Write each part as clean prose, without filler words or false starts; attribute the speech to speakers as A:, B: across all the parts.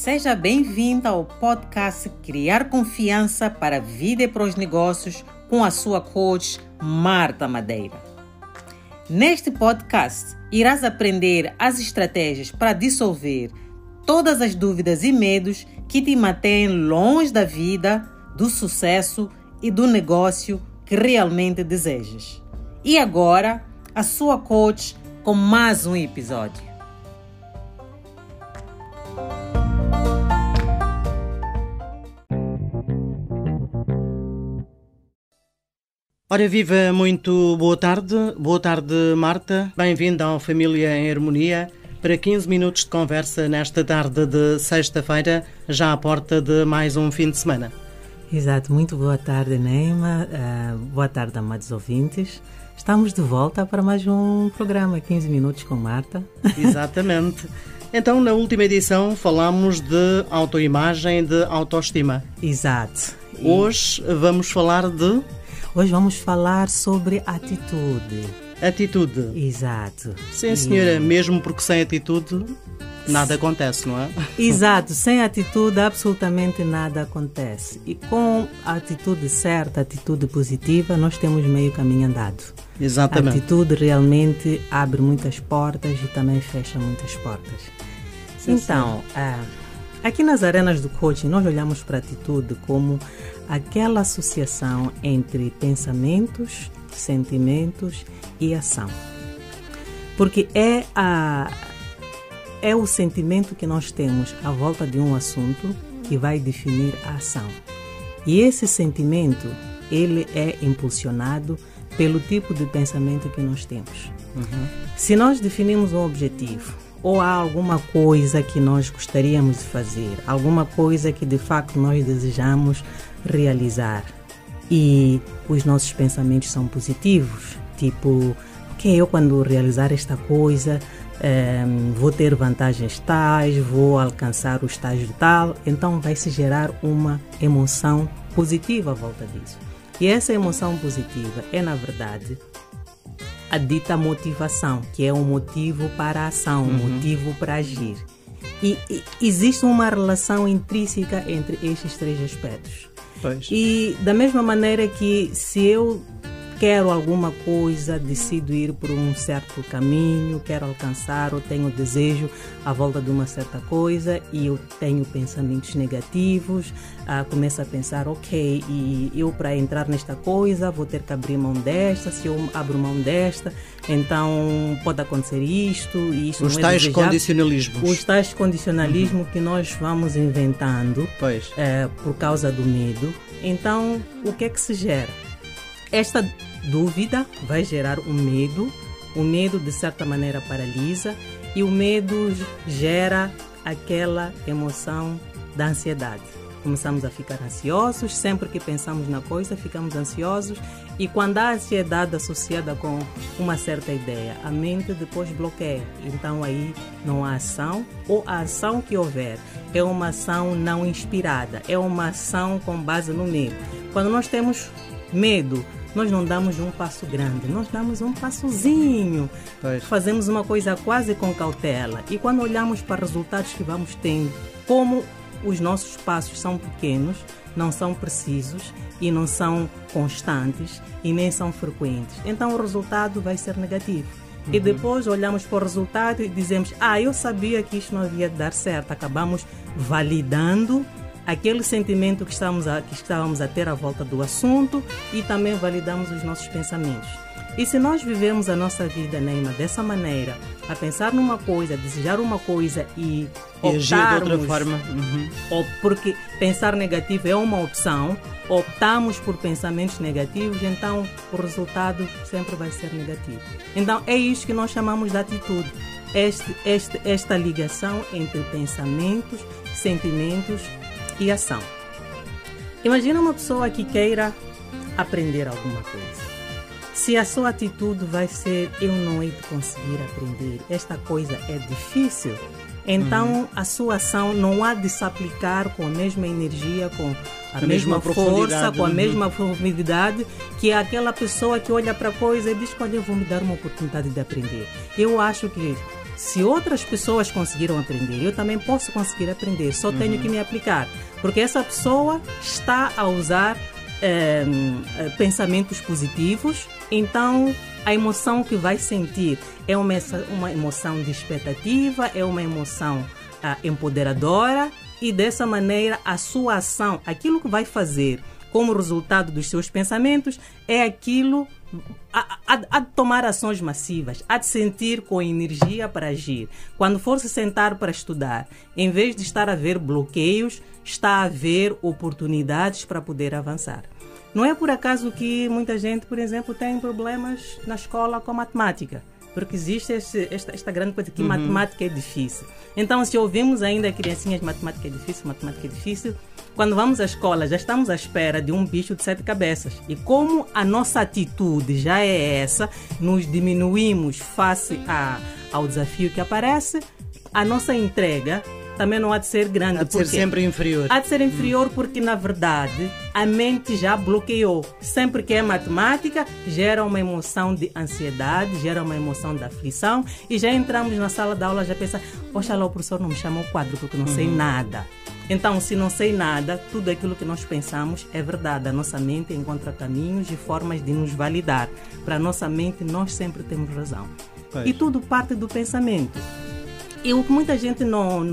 A: Seja bem-vinda ao podcast Criar Confiança para a Vida e para os Negócios com a sua coach Marta Madeira. Neste podcast, irás aprender as estratégias para dissolver todas as dúvidas e medos que te mantêm longe da vida, do sucesso e do negócio que realmente desejas. E agora, a sua coach com mais um episódio.
B: Ora viva, muito boa tarde Marta, bem-vinda ao Família em Harmonia para 15 minutos de conversa nesta tarde de sexta-feira, já à porta de mais um fim de semana.
C: Exato, muito boa tarde Neima, boa tarde amados ouvintes, estamos de volta para mais um programa 15 minutos com Marta.
B: Exatamente. Então, na última edição falámos de autoimagem, de autoestima.
C: Exato.
B: Hoje vamos falar de...
C: Hoje vamos falar sobre atitude.
B: Atitude.
C: Exato.
B: Sim, senhora, mesmo porque sem atitude nada acontece, não é?
C: Exato, sem atitude absolutamente nada acontece. E com a atitude certa, a atitude positiva, nós temos meio caminho andado.
B: Exatamente.
C: A atitude realmente abre muitas portas e também fecha muitas portas.
B: Sim,
C: então, aqui nas arenas do coaching, nós olhamos para a atitude como aquela associação entre pensamentos, sentimentos e ação. Porque é o sentimento que nós temos à volta de um assunto que vai definir a ação. E esse sentimento, ele é impulsionado pelo tipo de pensamento que nós temos. Se nós definimos um objetivo, ou há alguma coisa que nós gostaríamos de fazer, alguma coisa que de facto nós desejamos realizar e os nossos pensamentos são positivos, tipo, ok, eu quando realizar esta coisa vou ter vantagens tais, vou alcançar o estágio tal, então vai se gerar uma emoção positiva à volta disso. E essa emoção positiva é, na verdade, a dita motivação, que é um motivo para a ação, um motivo para agir. E existe uma relação intrínseca entre estes três aspectos.
B: Pois.
C: E da mesma maneira que se eu quero alguma coisa, decido ir por um certo caminho, quero alcançar ou tenho desejo à volta de uma certa coisa e eu tenho pensamentos negativos, começo a pensar, ok, e eu para entrar nesta coisa vou ter que abrir mão desta, se eu abro mão desta, então pode acontecer isto e isto
B: os
C: não é
B: tais
C: desejado.
B: condicionalismos.
C: Os tais condicionalismos que nós vamos inventando por causa do medo. Então, o que é que se gera? Esta dúvida vai gerar um medo. O medo, de certa maneira, paralisa. E o medo gera aquela emoção da ansiedade. Começamos a ficar ansiosos. Sempre que pensamos na coisa, ficamos ansiosos. E quando há ansiedade associada com uma certa ideia, a mente depois bloqueia. Então, aí não há ação. Ou a ação que houver é uma ação não inspirada. É uma ação com base no medo. Quando nós temos medo, nós não damos um passo grande, nós damos um passozinho. Fazemos uma coisa quase com cautela. E quando olhamos para os resultados que vamos tendo, como os nossos passos são pequenos, não são precisos e não são constantes e nem são frequentes, então o resultado vai ser negativo. E depois olhamos para o resultado e dizemos, eu sabia que isto não havia de dar certo. Acabamos validando aquele sentimento que estávamos a ter à volta do assunto e também validamos os nossos pensamentos. E se nós vivemos a nossa vida, Neima, dessa maneira, a pensar numa coisa, desejar uma coisa e
B: agir de outra forma,
C: ou porque pensar negativo é uma opção, optamos por pensamentos negativos, então o resultado sempre vai ser negativo. Então é isso que nós chamamos de atitude. Esta ligação entre pensamentos, sentimentos e ação. Imagina uma pessoa que queira aprender alguma coisa. Se a sua atitude vai ser, eu não hei de conseguir aprender, esta coisa é difícil, então a sua ação não há de se aplicar com a mesma energia, com a mesma força, com a mesma profundidade que aquela pessoa que olha para a coisa e diz, olha, eu vou me dar uma oportunidade de aprender. Eu acho que se outras pessoas conseguiram aprender, eu também posso conseguir aprender, só tenho que me aplicar. Porque essa pessoa está a usar pensamentos positivos, então a emoção que vai sentir é uma emoção de expectativa, é uma emoção empoderadora, e dessa maneira a sua ação, aquilo que vai fazer como resultado dos seus pensamentos, é aquilo a de tomar ações massivas, a de sentir com energia para agir. Quando for se sentar para estudar, em vez de estar a ver bloqueios, está a ver oportunidades para poder avançar. Não é por acaso que muita gente, por exemplo, tem problemas na escola com matemática, porque existe esta grande coisa que matemática é difícil. Então, se ouvimos ainda criancinhas, matemática é difícil, quando vamos à escola já estamos à espera de um bicho de 7 cabeças. E como a nossa atitude já é essa, nos diminuímos face ao desafio que aparece, a nossa entrega também não há de ser grande.
B: Há de ser sempre inferior.
C: Há de ser inferior porque, na verdade, a mente já bloqueou. Sempre que é matemática, gera uma emoção de ansiedade, gera uma emoção de aflição, e já entramos na sala de aula já pensa, oxalá o professor não me chamou ao quadro porque não sei nada. Então, se não sei nada, tudo aquilo que nós pensamos é verdade. A nossa mente encontra caminhos e formas de nos validar. Para a nossa mente, nós sempre temos razão. Pois. E tudo parte do pensamento. E o que muita gente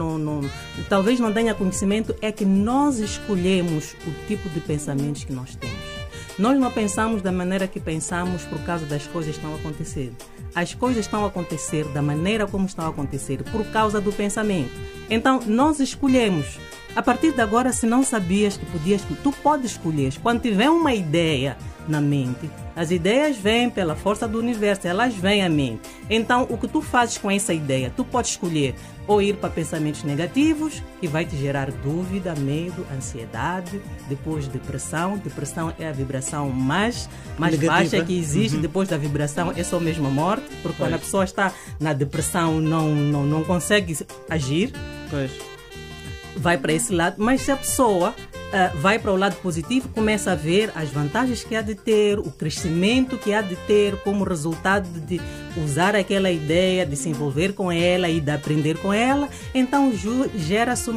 C: talvez não tenha conhecimento é que nós escolhemos o tipo de pensamentos que nós temos. Nós não pensamos da maneira que pensamos por causa das coisas que estão a acontecer. As coisas estão a acontecer da maneira como estão a acontecer por causa do pensamento. Então, nós escolhemos. A partir de agora, se não sabias que podias, tu podes escolher. Quando tiver uma ideia na mente, as ideias vêm pela força do universo, elas vêm à mente. Então, o que tu fazes com essa ideia, tu podes escolher ou ir para pensamentos negativos, que vai te gerar dúvida, medo, ansiedade, depois depressão. Depressão é a vibração mais baixa que existe. Depois da vibração é só mesmo a morte, porque quando a pessoa está na depressão não consegue agir.
B: Pois.
C: Vai para esse lado, mas se a pessoa vai para o lado positivo, começa a ver as vantagens que há de ter, o crescimento que há de ter como resultado de usar aquela ideia, de se envolver com ela e de aprender com ela, então gera-se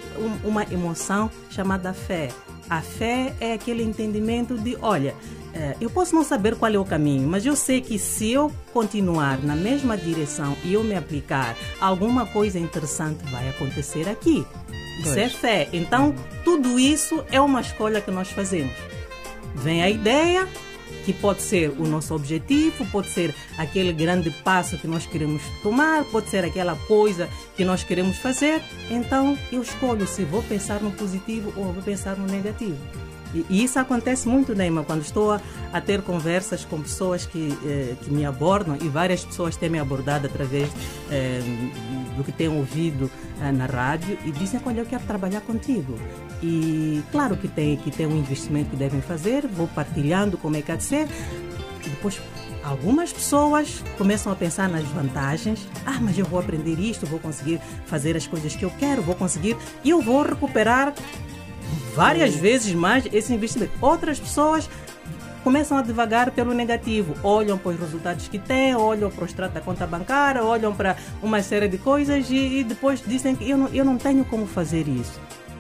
C: uma emoção chamada fé. A fé é aquele entendimento de, olha, eu posso não saber qual é o caminho, mas eu sei que se eu continuar na mesma direção e eu me aplicar, alguma coisa interessante vai acontecer aqui. Isso é fé. Então, tudo isso é uma escolha que nós fazemos. Vem a ideia, que pode ser o nosso objetivo, pode ser aquele grande passo que nós queremos tomar, pode ser aquela coisa que nós queremos fazer. Então, eu escolho se vou pensar no positivo ou vou pensar no negativo. E isso acontece muito, Neima, quando estou a ter conversas com pessoas que me abordam, e várias pessoas têm me abordado através do que têm ouvido na rádio, e dizem, olha, eu quero trabalhar contigo. E claro que tem um investimento que devem fazer, vou partilhando como é que há de ser. E depois algumas pessoas começam a pensar nas vantagens. Mas eu vou aprender isto, vou conseguir fazer as coisas que eu quero, vou conseguir, e eu vou recuperar várias vezes mais esse investimento. Outras pessoas começam a devagar pelo negativo, olham para os resultados que têm, olham para o extrato da conta bancária, olham para uma série de coisas e depois dizem que eu não tenho como fazer isso.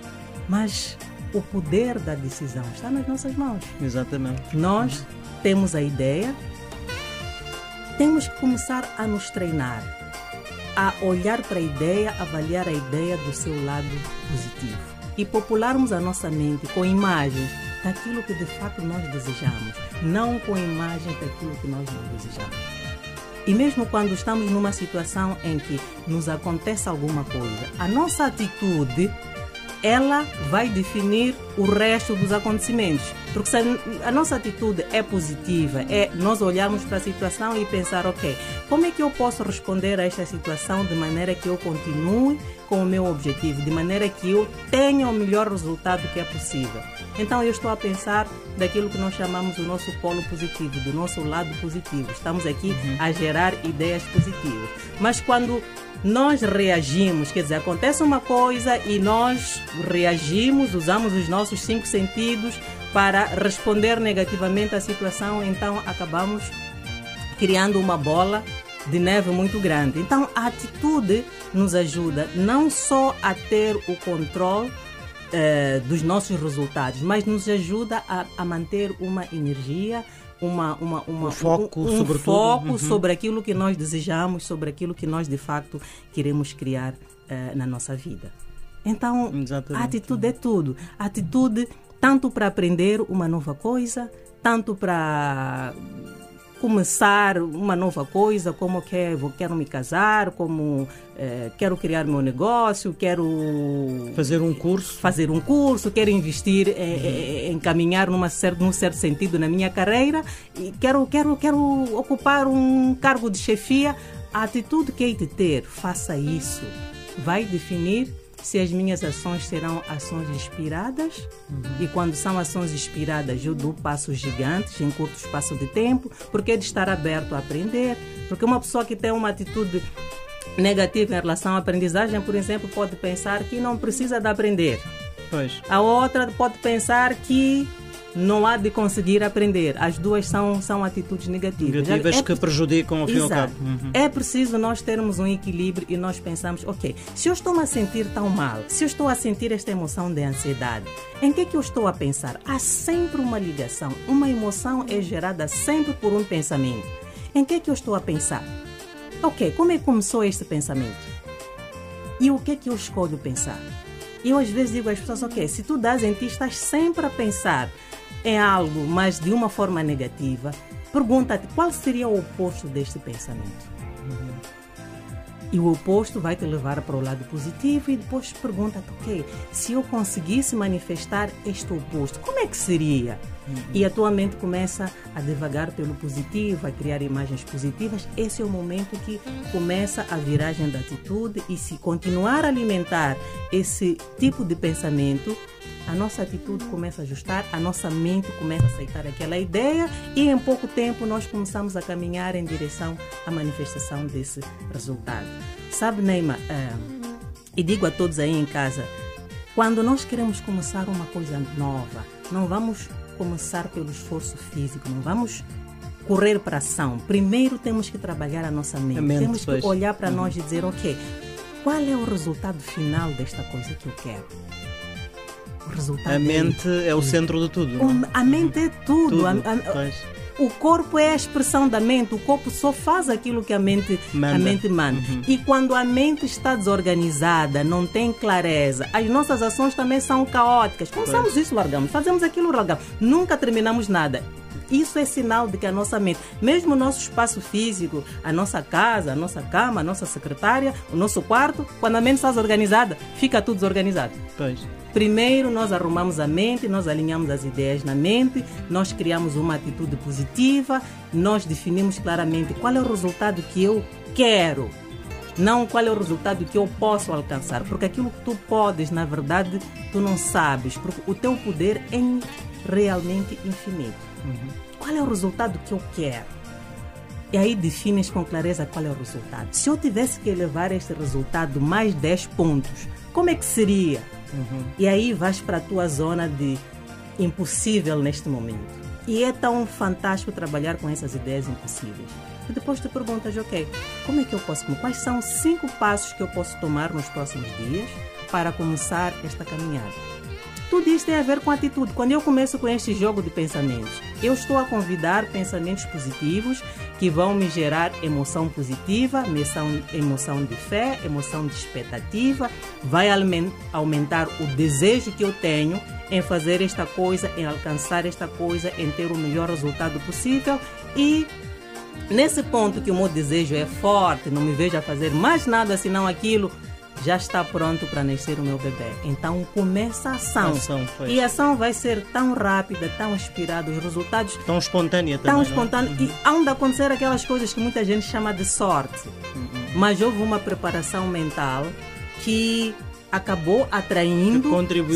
C: Mas o poder da decisão está nas nossas mãos.
B: Exatamente.
C: Nós temos a ideia, temos que começar a nos treinar, a olhar para a ideia, avaliar a ideia do seu lado positivo e popularmos a nossa mente com imagens daquilo que de fato nós desejamos, não com imagens daquilo que nós não desejamos. E mesmo quando estamos numa situação em que nos acontece alguma coisa, a nossa atitude, ela vai definir o resto dos acontecimentos. Porque se a nossa atitude é positiva, é nós olharmos para a situação e pensar, ok, como é que eu posso responder a esta situação de maneira que eu continue com o meu objetivo, de maneira que eu tenha o melhor resultado que é possível. Então eu estou a pensar daquilo que nós chamamos o nosso polo positivo, do nosso lado positivo. Estamos aqui a gerar ideias positivas. Mas quando nós reagimos, quer dizer, acontece uma coisa e nós reagimos, usamos os nossos 5 sentidos para responder negativamente à situação, então acabamos criando uma bola de neve muito grande. Então, a atitude nos ajuda não só a ter o controle dos nossos resultados, mas nos ajuda a manter uma energia, um foco sobre aquilo que nós desejamos, sobre aquilo que nós de facto queremos criar na nossa vida. Então, exatamente, a atitude é tudo. A atitude tanto para aprender uma nova coisa, tanto para começar uma nova coisa, como quero me casar, como quero criar meu negócio, quero
B: fazer um curso,
C: quero investir em caminhar num certo sentido na minha carreira, e quero ocupar um cargo de chefia. A atitude que hei de ter, faça isso, vai definir se as minhas ações serão ações inspiradas, e quando são ações inspiradas eu dou passos gigantes em curto espaço de tempo, porque é de estar aberto a aprender. Porque uma pessoa que tem uma atitude negativa em relação à aprendizagem, por exemplo, pode pensar que não precisa de aprender.
B: Pois.
C: A outra pode pensar que não há de conseguir aprender. As duas são atitudes negativas.
B: Que prejudicam ao fim e ao cabo.
C: É preciso nós termos um equilíbrio e nós pensamos, ok, se eu estou a sentir tão mal, se eu estou a sentir esta emoção de ansiedade, em que é que eu estou a pensar? Há sempre uma ligação. Uma emoção é gerada sempre por um pensamento. Em que é que eu estou a pensar? Ok, como é que começou este pensamento? E o que é que eu escolho pensar? Eu às vezes digo às pessoas, ok, se tu dás em ti, estás sempre a pensar em algo, mas de uma forma negativa, pergunta-te qual seria o oposto deste pensamento. E o oposto vai te levar para o lado positivo, e depois pergunta-te, ok, se eu conseguisse manifestar este oposto, como é que seria? E a tua mente começa a divagar pelo positivo, a criar imagens positivas. Esse é o momento que começa a viragem da atitude, e se continuar a alimentar esse tipo de pensamento, a nossa atitude começa a ajustar, a nossa mente começa a aceitar aquela ideia, e em pouco tempo nós começamos a caminhar em direção à manifestação desse resultado. Sabe, Neima, e digo a todos aí em casa, quando nós queremos começar uma coisa nova, não vamos começar pelo esforço físico, não vamos correr para a ação. Primeiro temos que trabalhar a nossa mente. Temos que olhar para nós e dizer, ok, qual é o resultado final desta coisa que eu quero?
B: A mente é o centro de tudo.
C: A mente é tudo. O corpo é a expressão da mente. O corpo só faz aquilo que a mente manda. E quando a mente está desorganizada, não tem clareza, as nossas ações também são caóticas. Começamos isso, largamos. Fazemos aquilo, largamos. Nunca terminamos nada. Isso é sinal de que a nossa mente, mesmo o nosso espaço físico, a nossa casa, a nossa cama, a nossa secretária, o nosso quarto, quando a mente está desorganizada, fica tudo desorganizado. Primeiro nós arrumamos a mente, nós alinhamos as ideias na mente, nós criamos uma atitude positiva, nós definimos claramente qual é o resultado que eu quero, não qual é o resultado que eu posso alcançar, porque aquilo que tu podes, na verdade, tu não sabes, porque o teu poder é realmente infinito. Qual é o resultado que eu quero? E aí defines com clareza qual é o resultado. Se eu tivesse que elevar este resultado mais 10 pontos, como é que seria? E aí vais para a tua zona de impossível neste momento. E é tão fantástico trabalhar com essas ideias impossíveis. E depois te perguntas, ok, como é que eu posso? Quais são 5 passos que eu posso tomar nos próximos dias para começar esta caminhada? Tudo isso tem a ver com atitude. Quando eu começo com este jogo de pensamentos, eu estou a convidar pensamentos positivos que vão me gerar emoção positiva, emoção de fé, emoção de expectativa, vai aumentar o desejo que eu tenho em fazer esta coisa, em alcançar esta coisa, em ter o melhor resultado possível. E nesse ponto que o meu desejo é forte, não me vejo a fazer mais nada senão aquilo, já está pronto para nascer o meu bebê. Então começa a ação. E a ação vai ser tão rápida, tão inspirada, os resultados
B: tão espontânea também.
C: Tão espontânea. E hão de acontecer aquelas coisas que muita gente chama de sorte. Mas houve uma preparação mental que acabou atraindo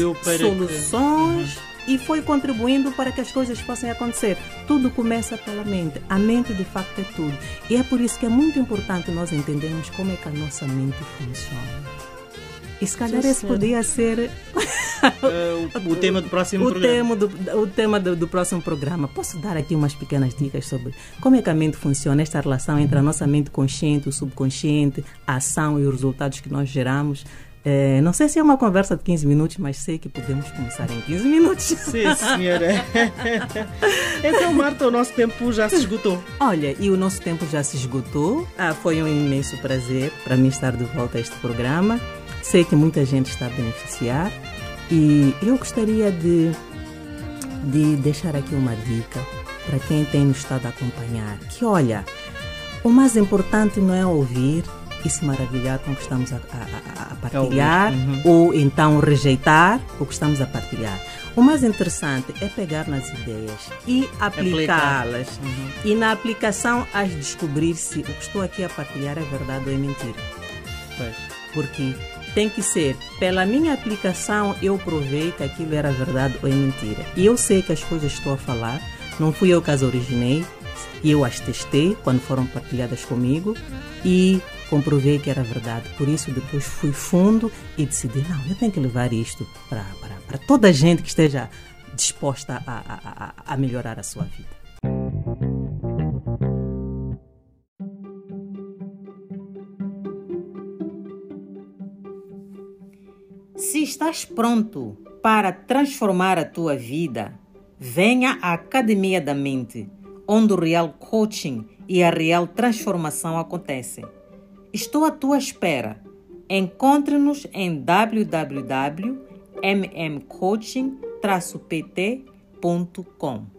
C: soluções e foi contribuindo para que as coisas possam acontecer. Tudo começa pela mente. A mente, de facto, é tudo. E é por isso que é muito importante nós entendermos como é que a nossa mente funciona. E se calhar esse podia ser
B: o tema do próximo programa.
C: O tema do próximo programa. Posso dar aqui umas pequenas dicas sobre como é que a mente funciona, esta relação entre a nossa mente consciente, o subconsciente, a ação e os resultados que nós geramos. Não sei se é uma conversa de 15 minutos, mas sei que podemos começar em 15 minutos.
B: Sim, senhora. Então, Marta, o nosso tempo já se esgotou.
C: Olha, e o nosso tempo já se esgotou. Foi um imenso prazer para mim estar de volta a este programa. Sei que muita gente está a beneficiar e eu gostaria de deixar aqui uma dica para quem tem nos estado a acompanhar. Que, olha, o mais importante não é ouvir e se maravilhar com o que estamos a partilhar, ou então rejeitar o que estamos a partilhar. O mais interessante é pegar nas ideias e aplicá-las. E na aplicação, as descobrir se o que estou aqui a partilhar é verdade ou é mentira. Porque tem que ser, pela minha aplicação, eu provei que aquilo era verdade ou é mentira. E eu sei que as coisas que estou a falar, não fui eu que as originei, eu as testei quando foram partilhadas comigo e comprovei que era verdade. Por isso, depois fui fundo e decidi, não, eu tenho que levar isto para toda a gente que esteja disposta a melhorar a sua vida.
A: Se estás pronto para transformar a tua vida, venha à Academia da Mente, onde o real coaching e a real transformação acontecem. Estou à tua espera. Encontre-nos em www.mmcoaching-pt.com.